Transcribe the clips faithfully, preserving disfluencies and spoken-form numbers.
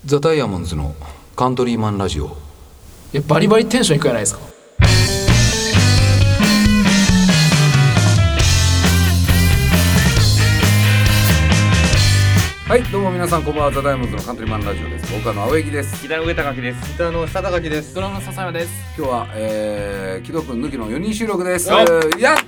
ザ・ダイヤモンドズのカントリーマンラジオ。 いやバリバリテンションいくじゃないですか。 はい、どうも皆さんこんばんは。ザ・ダイヤモンドズのカントリーマンラジオです。僕はの青柳です。 ギターの上高木です。 ギターの下高木です。 ドラムの笹山です。 今日は、えー、木戸くん抜きのよにん収録です。 おやったーや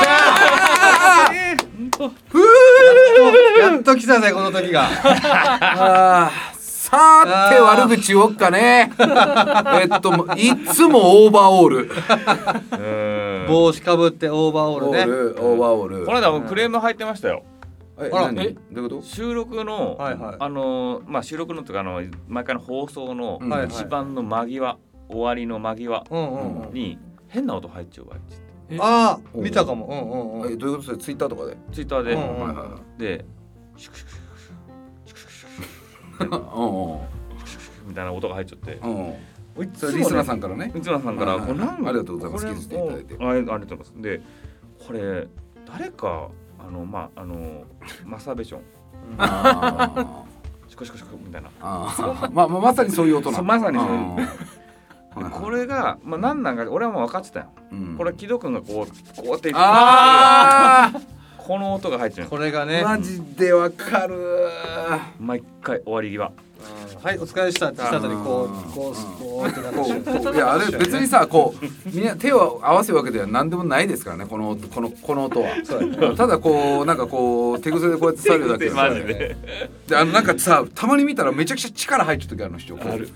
っと来たぜこの時が。 あーさて悪口をっかねえっといつもオーバーオール帽子かぶってオーバーオールね。 オールオーバーオール。 この間もクレーム入ってましたよ。 えあら何えどういうこと？ 収録の、 はいはいあのまあ収録のというかあの毎回の放送のうんはいはい一番の間際、終わりの間際うんうんうん。 に変な音入っちゃうわっつってえああ見たかも。うんうんうん。 えどういうこと？それツイッターとかで？ ツイッターで、 うんうんはいはいはい。 でシュクシュクシュクシュクシュクシュクシュクシュクうんうんみたいな音が入っちゃって、 うん。 いつもねそれリスナーさんからね。 リスナーさんから、 はいはいこれなんありがとうございますこれ気づいていただいてあありがとうございます。でこれ誰かあのまああのマスターベーションあシュクシュクシュクみたいな。 ああまあまあまさにそういう音なその。 うまさにそういううんはいはいこれが、まあ、何なんか俺はもう分かってたよ、 うんこれ木戸君がこうこうやってあこの音が入っちゃうこれがね。 ーマジでわかる毎回終わり際うんはいお疲れでしたってした後にこうんうこうこうってなってこうこういやあれ別にさこうみんな手を合わせるわけでは何でもないですからね、この音このこの音は。ただこうなんかこう手癖でこうやって触るだけマジでであのなんかさたまに見たらめちゃくちゃ力入っちゃう時あるの人こうある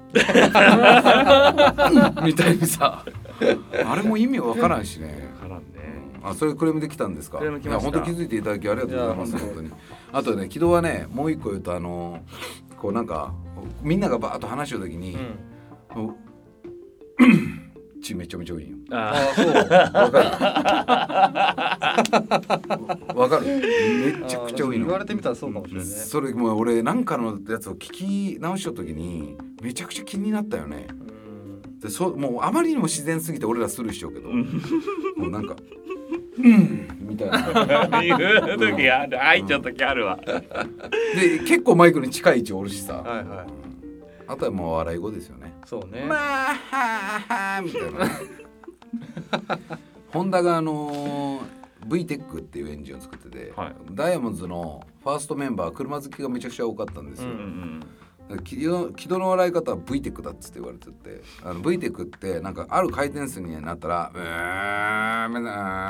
みたいにさあれも意味わからんしね。 からんねあ、それクレームできたんですか。 クレーム来ましたいや本当気づいていただきありがとうございます。 いや本当に。あとね、木戸はね、もう一個言うとあのこうなんかみんながバーッと話してる時に、 うんお血めちゃめちゃ多いよ。 あああそう。 わかる。わかる。めちゃくちゃ多いの。 言われてみたらそうかもしれないね。 それもう俺なんかのやつを聞き直した時にめちゃくちゃ気になったよね。 うんでそもうあまりにも自然すぎて俺らスルーしようけど、もうなんかうんみたいな。 あ言う時ある入っちゃう時あるわ、 で結構マイクに近い位置おるしさ。 はいはい。 あとはもう笑い声ですよね。 そうね。 まあはあはあみたいな。ホンダがあのー、ブイテック っていうエンジンを作ってて、 はいダイヤモンドズのファーストメンバー車好きがめちゃくちゃ多かったんですよ。 うんうん木戸木戸の笑い方は ブイテック だっつって言われてて、あの ブイテック ってなんかある回転数になったらうーんめな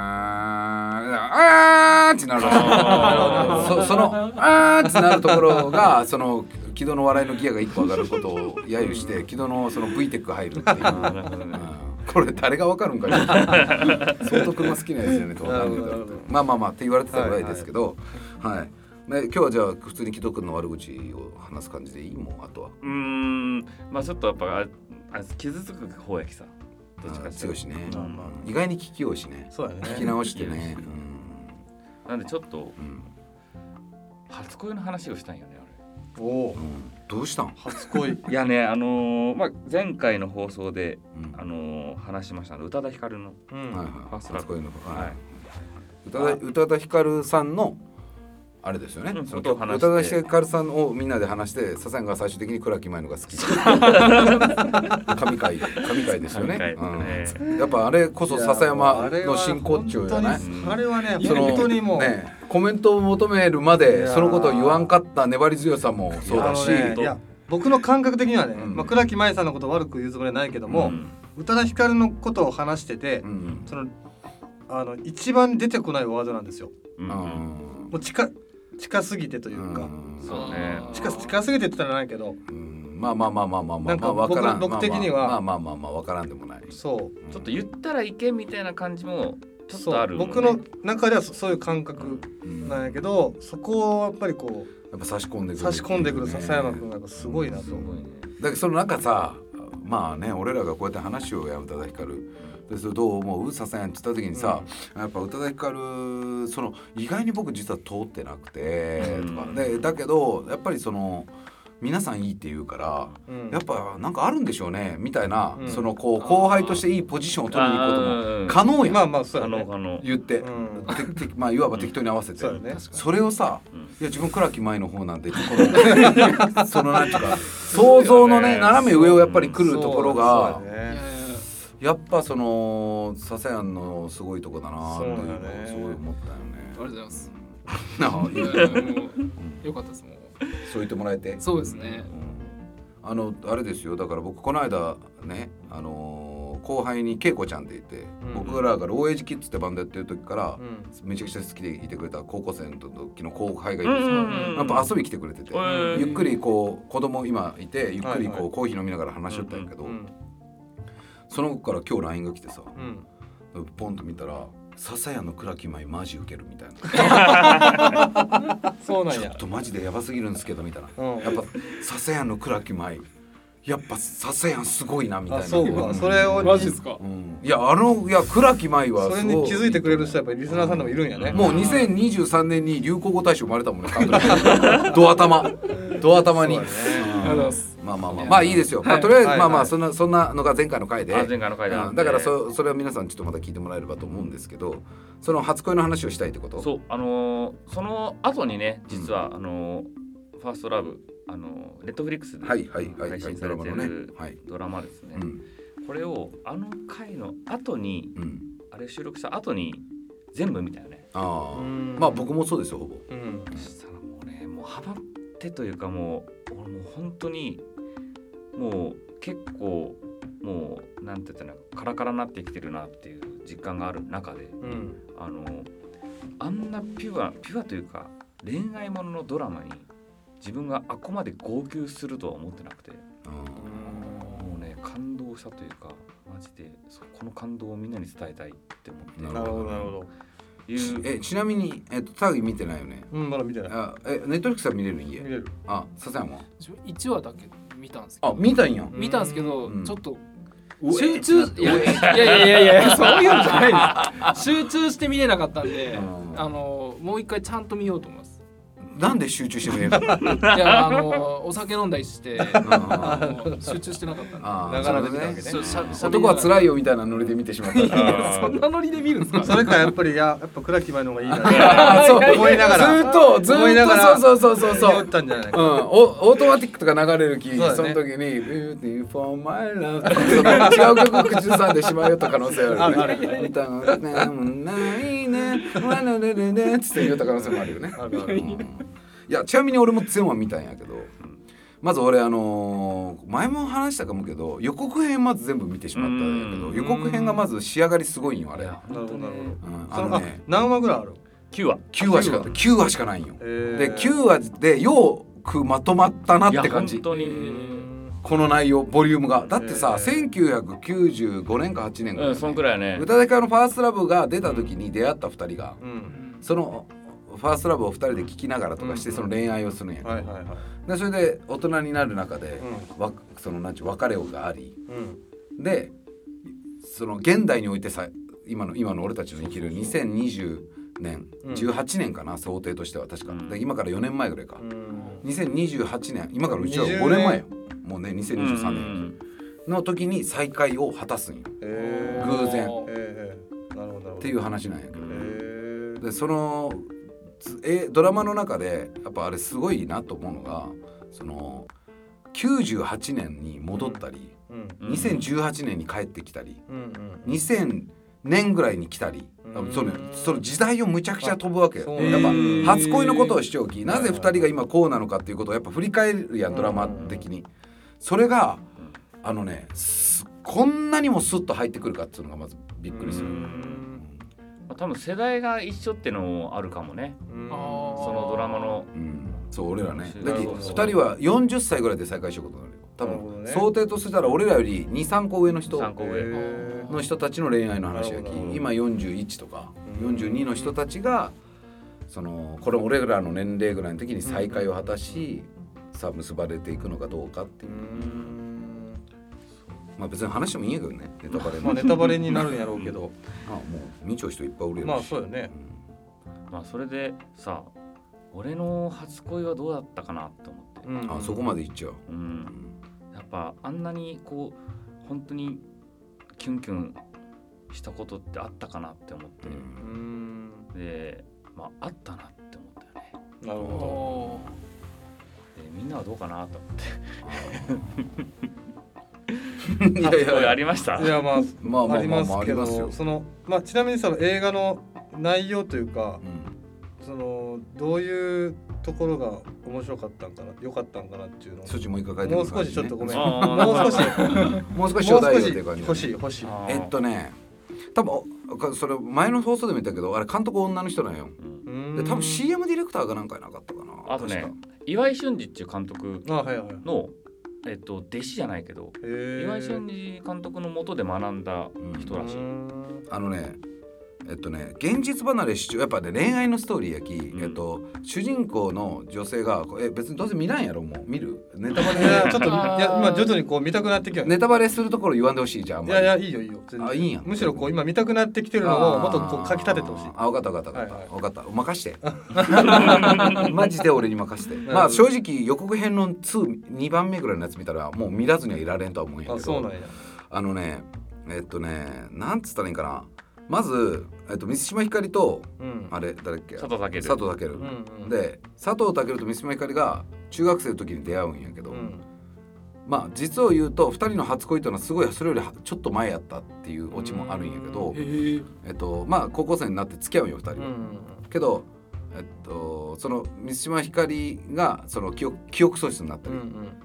あーってなるらしい。そそのあーってなるところがその木戸の笑いのギアがいっこ上がることを揶揄して木戸のその ブイテック が入るっていう。 なるほどねうんこれ誰がわかるんかね。相当車好きなやつよねとわかんないけどなるほどまあまあまあって言われてたぐらいですけど、はい、はいね、今日はじゃあ普通に木戸君の悪口を話す感じでいいもん。あとはうーんまあちょっとやっぱああ傷つく方やきさどっちかっていうと強いしね、 まあまあ意外に聞きようしね、 そうだね。 聞き直してね、 なんでちょっとうんうん初恋の話をしたんよねおおう。ん、どうしたん、 初恋。 あれいやねあのーまあ前回の放送でうんあのー話しました宇多田ヒカルのうんはいはい、 ファーストラブ初恋の、 ははいい、宇多田宇多田ヒカルさんのあれですよね、 うんそのことを話して宇多田ヒカルさんをみんなで話して笹山が最終的に倉木舞のが好き神回神回ですよね、 神回ですねうん、やっぱあれこそ笹山の真骨頂じゃない。 うんあれはねその本当にもう。 ね、コメントを求めるまいやーでそのことを言わんかった粘り強さもそうだし、 あのねいや僕の感覚的にはね、 うんまあ、倉木舞さんのことを悪く言うつもりはないけども、 ん宇多田ヒカルのことを話してて、 うんそのあの一番出てこないワードなんですよ。 うんうんもう近近すぎてというか、 うんそうね近近すぎてって言ったらないけど、 うんまあまあまあまあまあまあなんかまあわからん僕僕的にはまあまあまあまあわからんでもない。 そうちょっと言ったらいけみたいな感じもちょっそうとあるもんね僕の中ではそそういう感覚うんなんやけど、そこをやっぱりこやっぱ差し込んでくるう差し込んでくる笹山君だがやっぱすごいなと思う。 けどそのなんかさ、まあね俺らがこうやって話をや宇多田ヒカルでそれどう思う笹山って言った時にさ、やっぱ宇多田ヒカルその意外に僕実は通ってなくてとか、 うんでだけどやっぱりその皆さんいいって言うから、 うん、 やっぱなんかあるんでしょうねみたいな、 うん、 そのこう後輩としていいポジションを取りに行くことも可能やん、 まあまあそうやね、 あの言って、 うん、 ててまあいわば適当に合わせて、 そうやね、 それをさ、 うん、 いや自分倉木舞の方なんでこのそのなんていうか想像のね斜め上をやっぱり来るところが、やっぱそのササヤンのすごいとこだなっていうのをすごい思ったよね。 ありがとうございます。 あいやいやもうよかったですもう。 そう言ってもらえて。 そうですね。 うん、あのあれですよ、だから僕この間ね、あのー、後輩に恵子ちゃんって言って、うん、僕らがローエイジキッズってバンドやってる時から、うん、めちゃくちゃ好きでいてくれた高校生の時の後輩がいるんですよ、うん、やっぱ遊び来てくれてて、うん、ゆっくりこう子供今いてゆっくりこう、はいはい、コーヒー飲みながら話しとったんやけど、うん、その子から今日 ライン が来てさ、うん、ポンと見たら笹谷の倉木舞マジウケるみたいなそうなんや、 ちょっとマジでヤバすぎるんですけどみたいな、うん、やっぱ笹谷の倉木舞やっぱ笹谷すごいなみたいな。 そうか、それをマジですか、 うん、いやあのいや倉木舞はそれに気づいてくれる人はやっぱりリスナーさんでもいるんやね、 うん、もうにせんにじゅうさんねんに流行語大賞生まれたもんねド頭ド頭に、ね、うん、まあまあまあまあいいですよ、はい、まあ、とりあえず、はい、まあまあそんなそんなのが前回の回で、 前回の回で、 うん、だから そ, それは皆さんちょっとまた聞いてもらえればと思うんですけど、その初恋の話をしたいってこと。 そう、あのー、その後にね実は、うん、あのー、ファーストラブあのネットフリックスで配信されてるドラマですね、これをあの回の後に、うん、あれ収録した後に全部見たよね。 あ、まあ僕もそうですよほぼ、 うん、そしたらもうねもうハマってというかもう俺もう本当にもう結構もうなんて言ったらカラカラになってきてるなっていう実感がある中で、うん、あのあんなピュアピュアというか恋愛もののドラマに自分があこまで号泣するとは思ってなくて、もうね感動したというかマジでこの感動をみんなに伝えたいって思って。 なるほどなるほど。 えちなみにえっとタグ見てないよね。 うん、まだ見てない。 あえネットフリックスは見れるん家。見れる。 あ、笹山は。 いちわだけ見たんですけど。あ、見たんや。 見たんですけど、うん、ちょっと集中いやいやいやいやいやそういうんじゃないです。集中して見れなかったんで、うん、あのもう一回ちゃんと見ようと思います。 なんで集中して見れるのいやあのお酒飲んだりして集中してなかったんで。 あなかなかね男は辛いよみたいなノリで見てしまったそんなノリで見るんですか。 それかやっぱりややっぱ倉木舞の方がいいなそう思いながらずっとずっとそうそうそうそう思ったんじゃないか、 うん、オートマティックとか流れる気 そ,、ね、その時に Beautiful My Love 違う曲口ずさんでしまうよった可能性あるよね。歌がないねわられれれつって言った可能性もあるよね。あるある、うん、いやちなみに俺も全話見たんやけど、うん、まず俺あのー、前も話したかもけど予告編まず全部見てしまったんやけど、予告編がまず仕上がりすごいんよあれ。なるほどなるほど、うん、 あのね何話ぐらいある？ きゅうわきゅうわしかきゅうわしかないんよ。できゅうわでよくまとまったなって感じ。 本当にこの内容ボリュームがだってさ、せんきゅうひゃくきゅうじゅうごねんかはちねんぐらい、ね、うん、 そんくらいね。 宇多田ヒカルのファーストラブが出た時に出会ったふたりが、うん、そのファーストラブをふたりで聴きながらとかしてその恋愛をするんやけど、はいはいはい、でそれで大人になる中で、うん、わそのなんちゅう別れがあり、うん、でその現代においてさ今の今の俺たちの生きるにせんにじゅうねん、うん、じゅうはちねんかな想定としては確か、うん、で今からよねんまえぐらいか、うん、にせんにじゅうはちねん今からうちはごねんまえよもうねにせんにじゅうさんねんの時に再会を果たすんよ、えー、偶然、えー、なるほどっていう話なんやけど、えー、でそのえドラマの中でやっぱあれすごいなと思うのがそのきゅうじゅうはちねんに戻ったり、うんうん、にせんじゅうはちねんに帰ってきたり、うんうん、にせんねんぐらいに来たり、うん、そのその時代をむちゃくちゃ飛ぶわけよ。やっぱ初恋のことをしておきなぜふたりが今こうなのかっていうことをやっぱ振り返るやんドラマ的に。それがあのねこんなにもスッと入ってくるかっていうのがまずびっくりする。 多分世代が一緒ってのもあるかもね。そのドラマの、うん、そう俺らねだってふたりはよんじゅっさいぐらいで再会したことになるよ多分、ね、想定としたら俺らより にさんこ上の人の人たちの恋愛の話がき今よんじゅういちとかよんじゅうにの人たちがそのこれ俺らの年齢ぐらいの時に再会を果たし、うん、さあ結ばれていくのかどうかっていう、まあ別に話してもいいんやけどねネタバレまあネタバレになるんやろうけどあもう見ちゃう人いっぱいおるやろしまあそうよね、 うん、まあそれでさ俺の初恋はどうだったかなって思ってうん、あそこまでいっちゃう、 うん、やっぱあんなにこう本当にキュンキュンしたことってあったかなって思って、うん、で、まあ、あったなって思ったよね。 なるほど。でみんなはどうかなと思っていやいやいやありました。 いやまあまあまあまあありますけど、そのまあちなみにその映画の内容というか、うん、そのどういうところが面白かったんかな、良かったんかなっていうのをそっちもう一回書いてもう少しちょっとごめん、もう少しもう少しちょうだいよっていう感じ、 欲しい欲しい。 えっとね、多分それ前の放送でも言ったけど、あれ監督女の人なんよ。で多分 シーエム ディレクターがなんかいなかったかな。 あとね、岩井俊二っていう監督の、はいはい、えっと、弟子じゃないけど岩井俊二監督の下で学んだ人らしい。 あのねえっとね現実離れ主張、やっぱね恋愛のストーリーやき、うん、えっと主人公の女性がえ別にどうせ見ないんやろ、もう見るネタバレちょっといや今徐々にこう見たくなってきた。 ネタバレするところ言わんでほしいじゃん。あんまりいやいやいいよいいよ。 あいいんや。 むしろこう今見たくなってきてるのをもっとこう書き立ててほしい。 あ分かった分かった分かった、はいはい、分かった任してマジで俺に任せてまあ正直予告編のにばんめぐらいのやつ見たらもう見らずにはいられんとは思うんやけど、 あそうなんや。 あのねえっとねなんつったらいいんかな、まず、えっと、満島ひかりと、うん、あれ誰っけ佐藤健佐藤健、うんうん、で佐藤健と満島ひかりが中学生の時に出会うんやけど、うん、まあ実を言うとふたりの初恋というのはすごいそれよりちょっと前やったっていうオチもあるんやけど、えっとまあ高校生になって付き合うんよふたりは、うん、けど、えっと、その満島ひかりがその記憶、記憶喪失になったり、うんうん、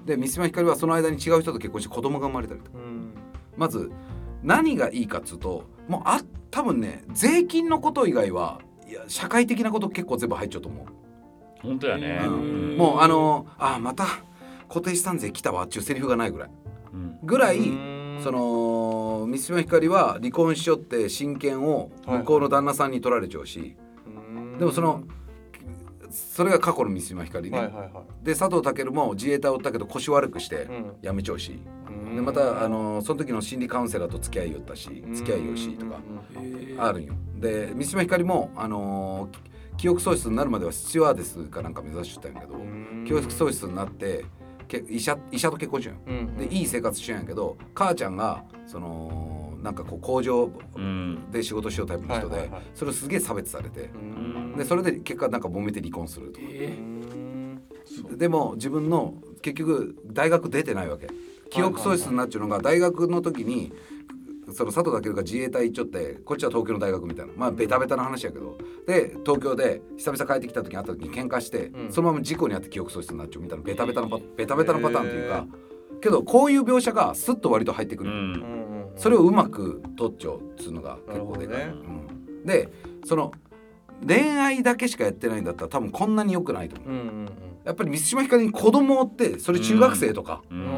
で満島ひかりはその間に違う人と結婚して子供が生まれたりとか、うん、まず何がいいかっつうともうあ多分ね税金のこと以外はいや社会的なこと結構全部入っちゃうと思う。 本当やね、 うん、もうあのあまた固定資産税来たわっていうセリフがないぐらい、うん、ぐらいその満島ひかりは離婚しよって親権を向こうの旦那さんに取られちゃうし、はい、でもそのそれが過去の満島ひかりね、はいはいはい、で佐藤健も自衛隊を追ったけど腰悪くして辞めちゃうし、うん、でまたあのその時の心理カウンセラーと付き合いよったし付き合いよしとかあるんよ。で満島ひかりもあのー、記憶喪失になるまではスチュワーデスかなんか目指してたんやけど、記憶喪失になって医者、医者と結婚しよう、うん、でいい生活しようんやけど母ちゃんがそのなんかこう工場で仕事しようタイプの人で、それをすげえ差別されて、でそれで結果なんか揉めて離婚するとか、えー、でも自分の結局大学出てないわけ。記憶喪失になっちゃうのが大学の時にその佐藤健が自衛隊行っちゃってこっちは東京の大学みたいなまあベタベタな話やけど、で東京で久々帰ってきた時に会った時に喧嘩して、うん、そのまま事故に遭って記憶喪失になっちゃうみたいなベタベタのパベタベタのパターンというか、けどこういう描写がスッと割と入ってくる、うん、それをうまく取っちゃうっつうのが結構でかい、ねうん、でその恋愛だけしかやってないんだったら多分こんなに良くないと思う、うんうんうん、やっぱり満島ひかりに子供をってそれ中学生とか、うんうん、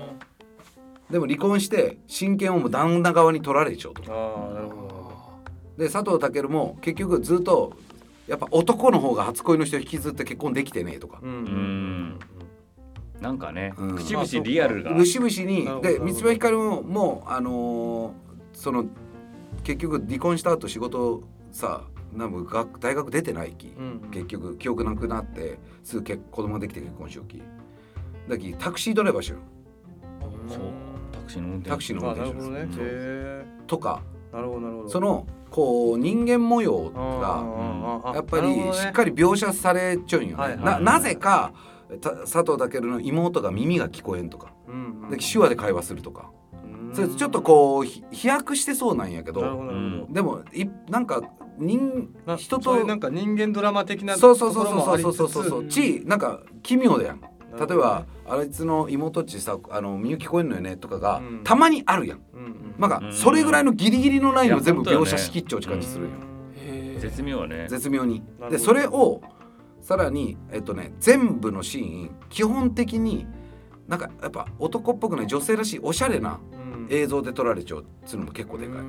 でも離婚して親権をもう旦那側に取られちゃうとか、あなるほど。で佐藤健も結局ずっとやっぱ男の方が初恋の人を引きずって結婚できてねえとか、うんうんうんなんかね、うん、節々リアルが節々にで満島ひかりももうあのー、その結局離婚した後仕事さなんか大学出てないき、うんうん、結局記憶なくなってすぐ結子供ができて結婚しようきだきタクシードライバーしようそうタクシーの運転手タクシーの運転手です、ね、へとかなるほどなるほど。 そのこう人間模様がやっぱりしっかり描写されちゃうんよね、はいはいはいはい、な, なぜか佐藤健の妹が耳が聞こえんとか、うんうん、で手話で会話するとか、それちょっとこう飛躍してそうなんやけど、なるほどなるほど。でもいなんか人人となんか人間ドラマ的なところもありつつ、そうそうそうそうそうちなんか奇妙だやん。例えばあいつの妹っちさあの耳聞こえんのよねとかが、うん、たまにあるやん、うんうん、なんかそれぐらいのギリギリのラインを全部描写しきっちゃう感じするんよ、 うん、絶妙はね絶妙にでそれをさらに、えっとね、全部のシーン基本的になんかやっぱ男っぽくない女性らしいおしゃれな映像で撮られちゃうっていうのも結構でかい、うん、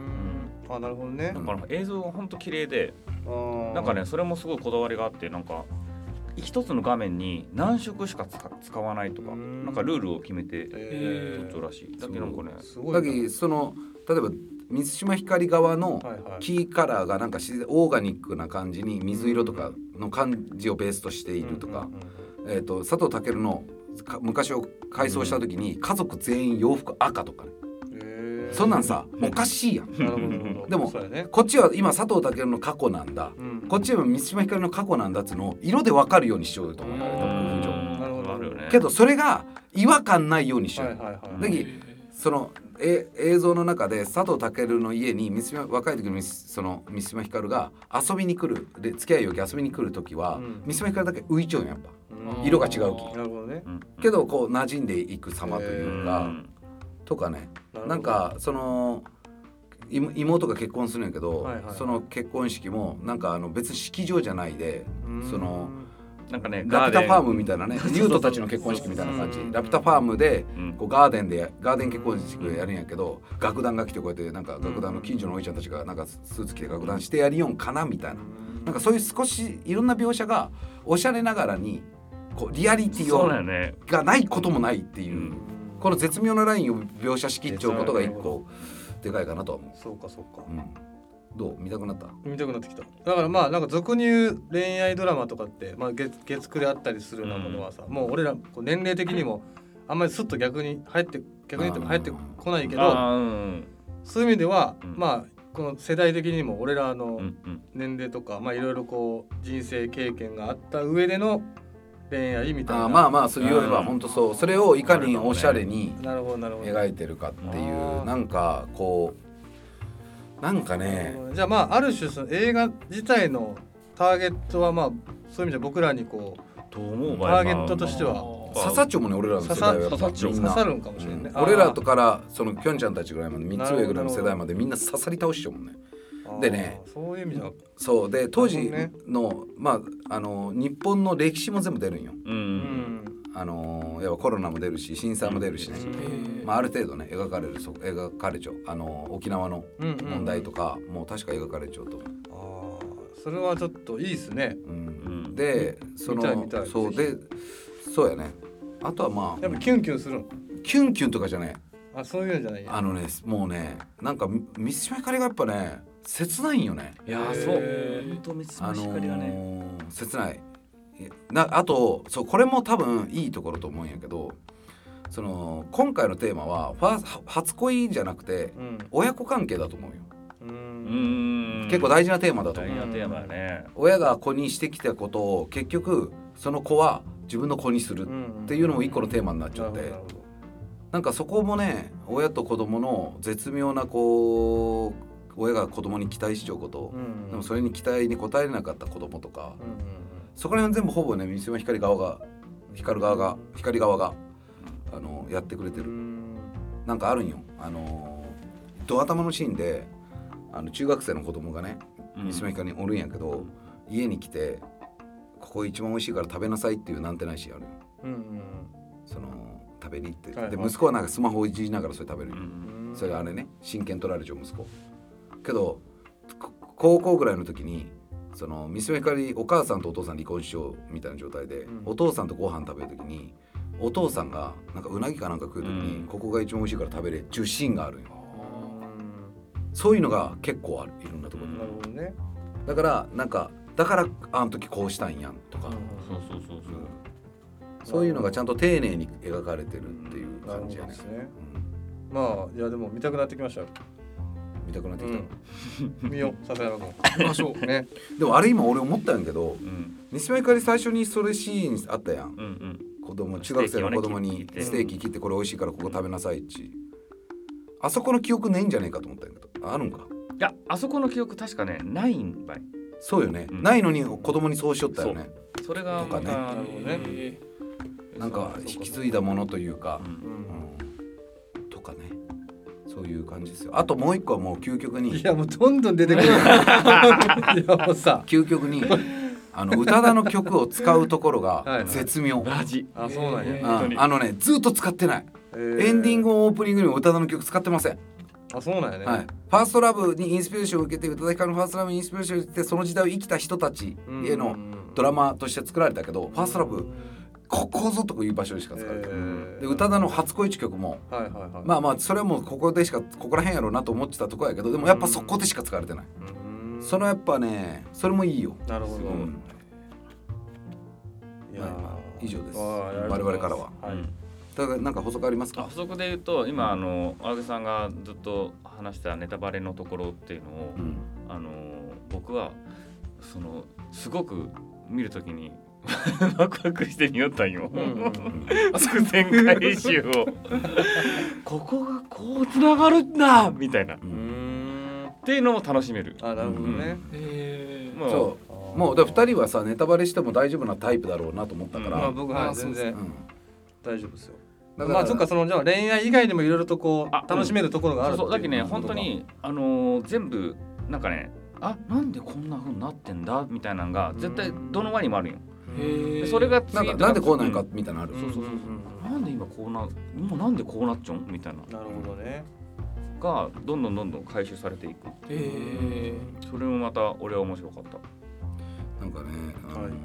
あなるほどね。 だから映像がほんと綺麗でなんかねそれもすごいこだわりがあって、なんか一つの画面に何色しか使わないとかなんかルールを決めて撮っちゃうらしい。だけなんかねすごいだけその例えば満島ひかり側のキーカラーがなんか自然オーガニックな感じに水色とかの感じをベースとしているとか、 えー、と佐藤健の昔を改装した時に家族全員洋服赤とかね、うん、そんなんさおかしいやんなるほどでも、ね、こっちは今佐藤健の過去なんだ、うん、こっちは満島ひかりの過去なんだっつうのを色で分かるようにしようよと思う、工夫上。なるほどあるよね。けどそれが違和感ないようにしよう、はいはいはい、だけどそのえ映像の中で佐藤健の家に満島若い時にその満島ひかるが遊びに来るで付き合いよき遊びに来る時は、うん、満島ひかるだけ浮いちゃうよやっぱ、うん、色が違うき。なるほどね。けどこう馴染んでいく様というかとかね、なんかその妹が結婚するんやけど、はいはいはい、その結婚式もなんかあの別に式場じゃないで、そのなんかね、ラピュタファームみたいなね、ユートたちの結婚式みたいな感じ、ラピュタファームでこうガーデンでガーデン結婚式やるんやけど、楽団が来てこうやってなんか楽団の近所のおいちゃんたちがなんかスーツ着て楽団してやりよんかなみたいな、なんかそういう少しいろんな描写がおしゃれながらにこうリアリティをがないこともないっていう、この絶妙なラインを描写しきっちゃうことが一個でかいかなとは思う。 そうかそうか。 うん、どう見たくなった？ 見たくなってきた。だからまあなんか俗に言う恋愛ドラマとかって、まあ、月, 月9であったりするようなものはさ、うん、もう俺らこう年齢的にもあんまりスッと逆に入って逆に言っても入ってこないけど、うん、そういう意味では、うん、まあこの世代的にも俺らの年齢とか、まあいろいろこう人生経験があった上での恋愛みたいな。 あまあまあそう言えば本当そう、それをいかにおしゃれに描いてるかっていう、なんかこうなんかね、 じゃあまあある種その映画自体のターゲットはまあそういう意味で僕らにこうターゲットとしては刺さっちゃうもんね、俺らの世代は刺さるんかもしれないね、 うん、俺らとからそのきょんちゃんたちぐらいまでみっつ上ぐらいの世代までみんな刺さり倒しちゃうもんね。でね、 そういう意味じゃそうで当時の、まああの日本の歴史も全部出るんよ、うん、あのやっぱコロナも出るし震災も出るしね、まあ、ある程度ね描かれるそう描かれちゃう、あの沖縄の問題とか、うんうん、もう確か描かれちゃうと思う。 ああそれはちょっといいですね、うん、 でそのそうでそうやね。あとはまあやっぱキュンキュンするの？ キュンキュンとかじゃねあそういうんじゃないや。 あのねもうねなんか満島ひかりがやっぱね切ないんよね。 いやそう本当満島ひかりはね、 あのー、切ないな。あとそうこれも多分いいところと思うんやけど、その今回のテーマはファー初恋じゃなくて、うん、親子関係だと思うよ。うーん結構大事なテーマだと思う。 大事なテーマだね。 親が子にしてきたことを結局その子は自分の子にするっていうのも一個のテーマになっちゃって、うんうん、なんかそこもね親と子供の絶妙なこう親が子供に期待しちゃうこと、うんうん、でもそれに期待に応えれなかった子供とか、うんうん、そこら辺全部ほぼね満島ひかり側が光側が光側があのやってくれてる、うん、なんかあるんよ。あのド頭のシーンであの中学生の子供がね満島ひかりにおるんやけど、うん、家に来てここ一番美味しいから食べなさいっていうなんてないシーンあるよ、うんうん、その食べに行って、はいはい、で息子はなんかスマホをいじりながらそれ食べる、うん、それあれね真剣取られちゃう息子けど高校ぐらいの時にその満島ひかりお母さんとお父さん離婚しようみたいな状態で、うん、お父さんとご飯食べる時にお父さんがなんかうなぎかなんか食う時に、うん、ここが一番美味しいから食べれっていうシーンがあるよ、うん、そういうのが結構あるいろんなところに、なるほどね、だからなんかだからあの時こうしたんやんとか、うん、そうそうそうそう、そういうのがちゃんと丁寧に描かれてるっていう感じやね、 うん、まあいやでも見たくなってきましたよ。 見たくなってきた、 うん、見よう笹山君見ましょうね。 でもあれ今俺思ったんやけど、満島ひかり最初にそれシーンあったやん、うんうん、子供中学生の子供にステーキ切ってこれ美味しいからここ食べなさいっち、あそこの記憶ないんじゃないかと思ったんやけどあるんか。 いやあそこの記憶確かねないんばい。 そうよね、うん、ないのに子供にそうしよったよね。 そ, それがとかね、なるほどね、なんか引き継いだものというか、うんうん、とかね、そういう感じですよ。あともう一個はもう究極に、 いやもうどんどん出てくるいやもうさ究極にあの宇多田の曲を使うところが絶妙。 ラジ、 あ、そうなんや、 うん、あのねずっと使ってない、えー、エンディングオープニングにも宇多田の曲使ってません。 あ、そうなんやね、 はい、ファーストラブにインスピレーションを受けて宇多田ヒカルのファーストラブにインスピレーションを受けてその時代を生きた人たちへのドラマとして作られたけど、ファーストラブここぞという場所でしか使われてない、えー、で宇多田の初恋曲も、はいはいはい、まあまあそれはもうここでしかここら辺やろうなと思ってたところやけど、でもやっぱそこでしか使われてない。そのやっぱねそれもいいよ。 なるほど、うん、いや以上です。我々からは。はい、だからなんか補足ありますか？ 補足で言うと今、うん、あの青木さんがずっと話したネタバレのところっていうのを、うん、あの僕はそのすごく見るときにワクワクしてみよったんよ。伏線回収をここがこうつながるんだみたいな、うん、っていうのも楽しめる。 あ、なるほどね。 うん、へー、もうそうもうだふたりはさネタバレしても大丈夫なタイプだろうなと思ったから、うん、まあ、 僕は全然、うん、大丈夫ですよ。まあそっか、そのじゃあ恋愛以外でもいろいろとこう楽しめるところがあるっていう、 そうそう、だけね本当にあのー、全部なんかね、あ、なんでこんな風になってんだみたいなのが絶対どの輪にもあるんよ。でそれがなんかなんでこうなんかみたいなのある。 そうそうそうそう。なんで今こうな、もうなんでこうなっちゃうんみたいな。 なるほどね。 がどんどんどんどん回収されていく。へー。それもまた俺は面白かった。 なんかね、あのーはい、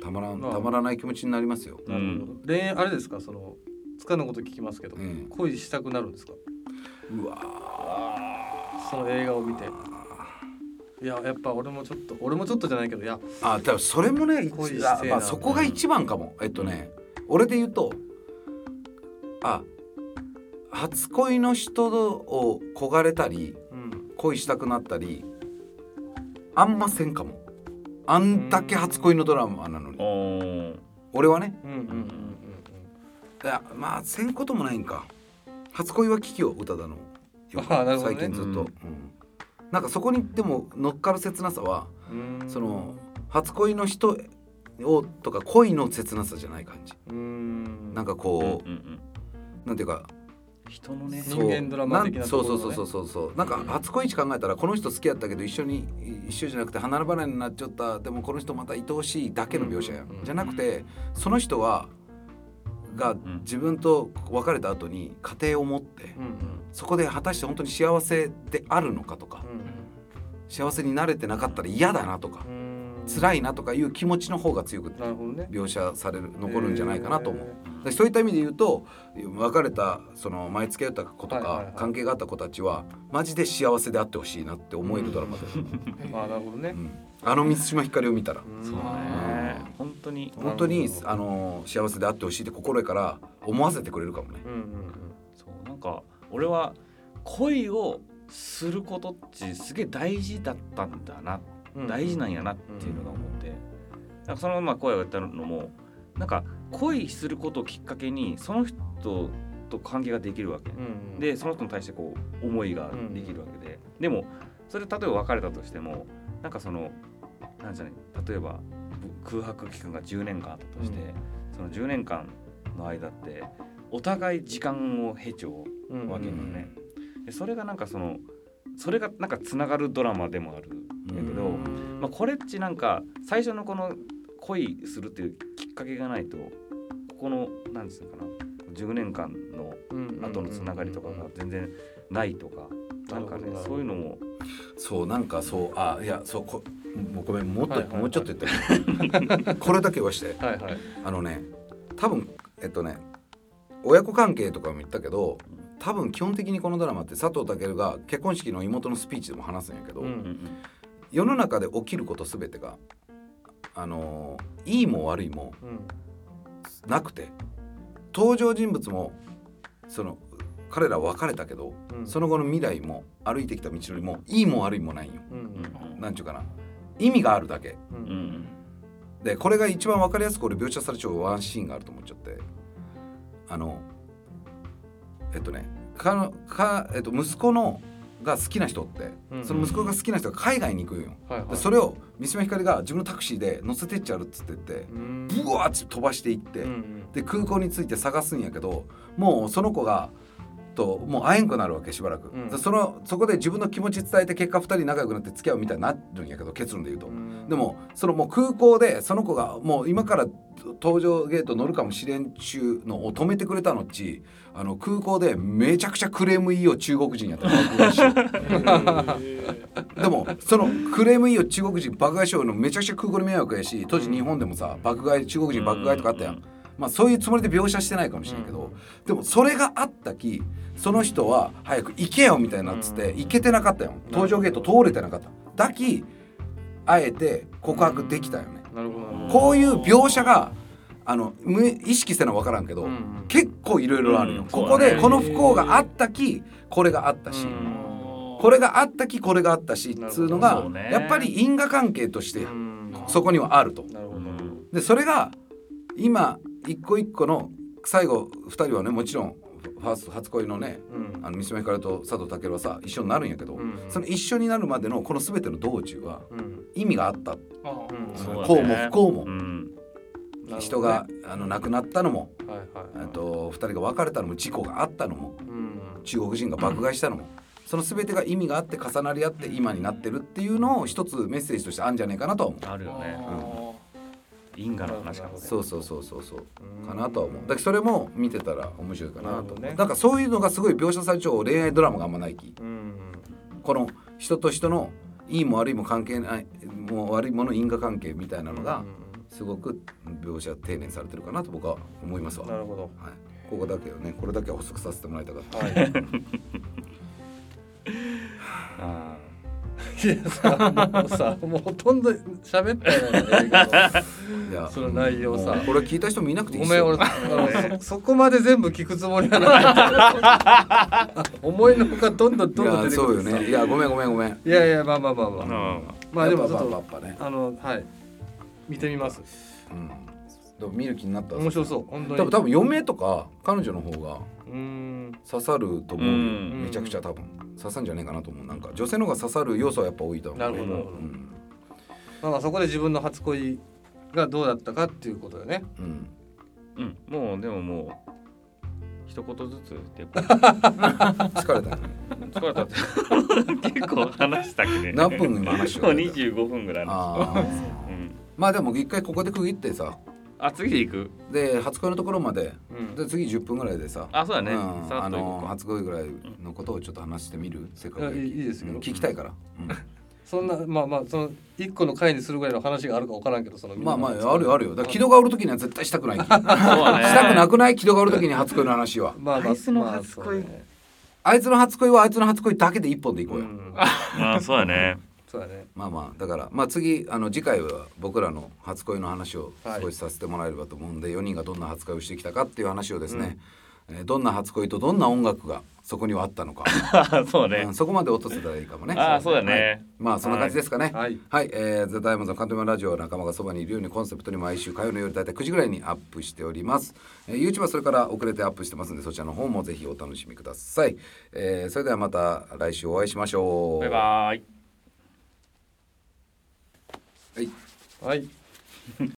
たまらんたまらない気持ちになりますよ。 なるほど。恋愛あれですか、その塚のこと聞きますけど、うん、恋したくなるんですか？ うわー、その映画を見て。いや、やっぱ俺もちょっと俺もちょっとじゃないけど、いや、 あ、多分それもね、まあ、そこが一番かも。えっとね、俺で言うと、あ、初恋の人を焦がれたり、うん、恋したくなったりあんませんかも。あんだけ初恋のドラマなのに、俺はね、うんうんうんうん、いや、まあせんこともないんか。初恋は聞きよ、歌だの最近ずっと、うんうん、なんかそこにでも乗っかる切なさは、その初恋の人をとか恋の切なさじゃない感じ。うーん、なんかこう、うんうんうん、なんていうか人のね、 人間ドラマ的なところ、ね、 そうそうそうそうそう、なんか初恋値考えたらこの人好きやったけど一緒に一緒じゃなくて離れ離れになっちゃった、でもこの人また愛おしいだけの描写や、うんうんうん、じゃなくてその人はが自分と別れた後に家庭を持って、うんうん、そこで果たして本当に幸せであるのかとか、うんうん、幸せになれてなかったら嫌だなとか、うん、辛いなとかいう気持ちの方が強く描写される、残るんじゃないかなと思う。でそういった意味で言うと、別れたその前付き合った子とか、はいはいはい、関係があった子たちはマジで幸せであってほしいなって思えるドラマで、 うん、あ、なるほどね、うん、 あの満島ひかりを見たら、 そうね、うん、本当に本当にあの幸せであってほしいって心から思わせてくれるかもね、うんうんうん、 そうなんか俺は恋をすることってすげえ大事だったんだな、うん、大事なんやなっていうのが思って、なんかそのまま声を言ったのもなんか恋することをきっかけにその人と関係ができるわけ、うんうん、でその人に対してこう思いができるわけで、うん、でもそれ例えば別れたとしてもなんかそのなんじゃない、例えば空白期間がじゅうねんかんあったとして、うん、そのじゅうねんかんの間ってお互い時間を経ちゃうわけよね、うんうん、でそれがなんかそのそれがなんかつながるドラマでもあるんだけど、うん、まあ、これっちなんか最初のこの恋するっていうきっかけがないとここのなんですかなじゅうねんかんの後のつながりとかが全然ないとか、なんかねそういうのもそうなんかそうあいやそうこもうごめんもっと、はいはいはい、もうちょっと言ってこれだけ言わしてはい、はい、あのね多分えっとね親子関係とかも言ったけど多分基本的にこのドラマって佐藤健が結婚式の妹のスピーチでも話すんやけど、うんうんうん、世の中で起きることすべてがあのいいも悪いもなくて、登場人物もその彼らは別れたけど、うん、その後の未来も歩いてきた道のりもいいも悪いもないんよ、うんうん、なんちゅうかな意味があるだけ、うんうん、でこれが一番分かりやすく俺描写されちゃうワンシーンがあると思っちゃって、あのえっとねかか、えっと、息子のが好きな人って、うんうん、その息子が好きな人が海外に行くんよ、はいはい、でそれを三島ひかりが自分のタクシーで乗せてっちゃうっつって言ってブワーッて飛ばしていって、うんうん、で空港に着いて探すんやけどもうその子がともう会えんくなるわけしばらく、うん、でそのそこで自分の気持ち伝えて結果ふたり仲良くなって付き合うみたいになるんやけど結論で言うと、うん、でもそのもう空港でその子がもう今から搭乗ゲート乗るかもしれんちゅうのを止めてくれたのっちあの空港でめちゃくちゃクレームいいよ中国人やったらでもそのクレームいいよ中国人爆買いしようのめちゃくちゃ空港に迷惑やし当時日本でもさ爆買い中国人爆買いとかあったやん、まあ、そういうつもりで描写してないかもしれんけど、うん、でもそれがあったきその人は早く行けよみたいになっつって、うん、行けてなかったよ搭乗ゲート通れてなかっただきあえて告白できたよね、 なるほど。 こういう描写があの無意識してのは分からんけど、うん、結構いろいろあるよ、うん、ここでこの不幸があったきこれがあったし、うん、これがあったきこれがあったしっつうのがやっぱり因果関係としてそこにはあると。なるほど。でそれが今一個一個の最後ふたりはねもちろんファースト初恋のね、うん、あの三島ひかると佐藤健はさ一緒になるんやけど、うん、その一緒になるまでのこの全ての道中は意味があった、うん、こうも不幸も、うん、人が、ね、あの亡くなったのも、はいはいはい、とふたりが別れたのも事故があったのも、うん、中国人が爆買いしたのも、うん、その全てが意味があって重なり合って今になってるっていうのを一つメッセージとしてあるんじゃないかなとは思う。 あるよね、うん因果の話かもね。 そうそうそうそうそうかなとは思う。だからそれも見てたら面白いかなと思う。な、ね、なんかそういうのがすごい描写されちゃう恋愛ドラマがあんまないき、うん、この人と人のいいも悪いも関係ないもう悪いもの因果関係みたいなのがすごく描写丁寧にされてるかなと僕は思いますわ。 なるほど、はい、 ここだけをねこれだけは補足させてもらいたかった、はいあいやさもうさもうほとんど喋ったよねいやその内容さこれ聞いた人もいなくていいっすよ。 ごめん俺 そ, そこまで全部聞くつもりはない思いのほかどんどんどんどん出てくる。 いやそうよね。いやごめんごめんごめん。 いやいやまあまあまあまあ、うん、まあでもちょっとやっぱねあのはい見てみます。 うんでも見る気になったら面白そう本当に。 多分多分嫁とか彼女の方がうん刺さると思うよ。うんめちゃくちゃ多分刺さんじゃねえかなと思う。なんか女性の方が刺さる要素はやっぱ多いと思う。 なるほど、うん、まあまあそこで自分の初恋がどうだったかっていうことよね。うん、 うん、もうでももう一言ずつって疲れたね。 疲れたって結構話したくね。 何分今話しよう。 もうにじゅうごふんぐらいあ、うん、まあでも一回ここで区切ってさ。 あ次で行くで初恋のところまで、うん、で次じゅっぷんぐらいでさあそうだね、うん、 あの初恋ぐらいのことをちょっと話してみる。せっかくいいですよ、 聞きたいから、うん、 そんなまあまあその一個の回にするぐらいの話があるか分からんけどそのまあまああるよあるよ。だから木戸がおる時には絶対したくないそう、ね、したくなくない木戸がおる時に初恋の話はまあまああいつの初恋、まあ、あいつの初恋はあいつの初恋だけで一本でいこうよ、うん、 ああそうだねそうだね。 まあまあだからまあ次あの次回は僕らの初恋の話を少しさせてもらえればと思うんで、はい、よにんがどんな初恋をしてきたかっていう話をですね、うんえー、どんな初恋とどんな音楽がそこにはあったのかそうね、 うん、そこまで落とせたらいいかもね。 あそうだね、はい、 まあそんな感じですかね。 はい、 はいえー、ザ・タイムズのカントリーマンラジオ仲間がそばにいるようにコンセプトに毎週火曜の夜だいたいくじぐらいにアップしております、えー、YouTube はそれから遅れてアップしてますんでそちらの方もぜひお楽しみください、えー、それではまた来週お会いしましょう。 バイバイ。 はい。 はい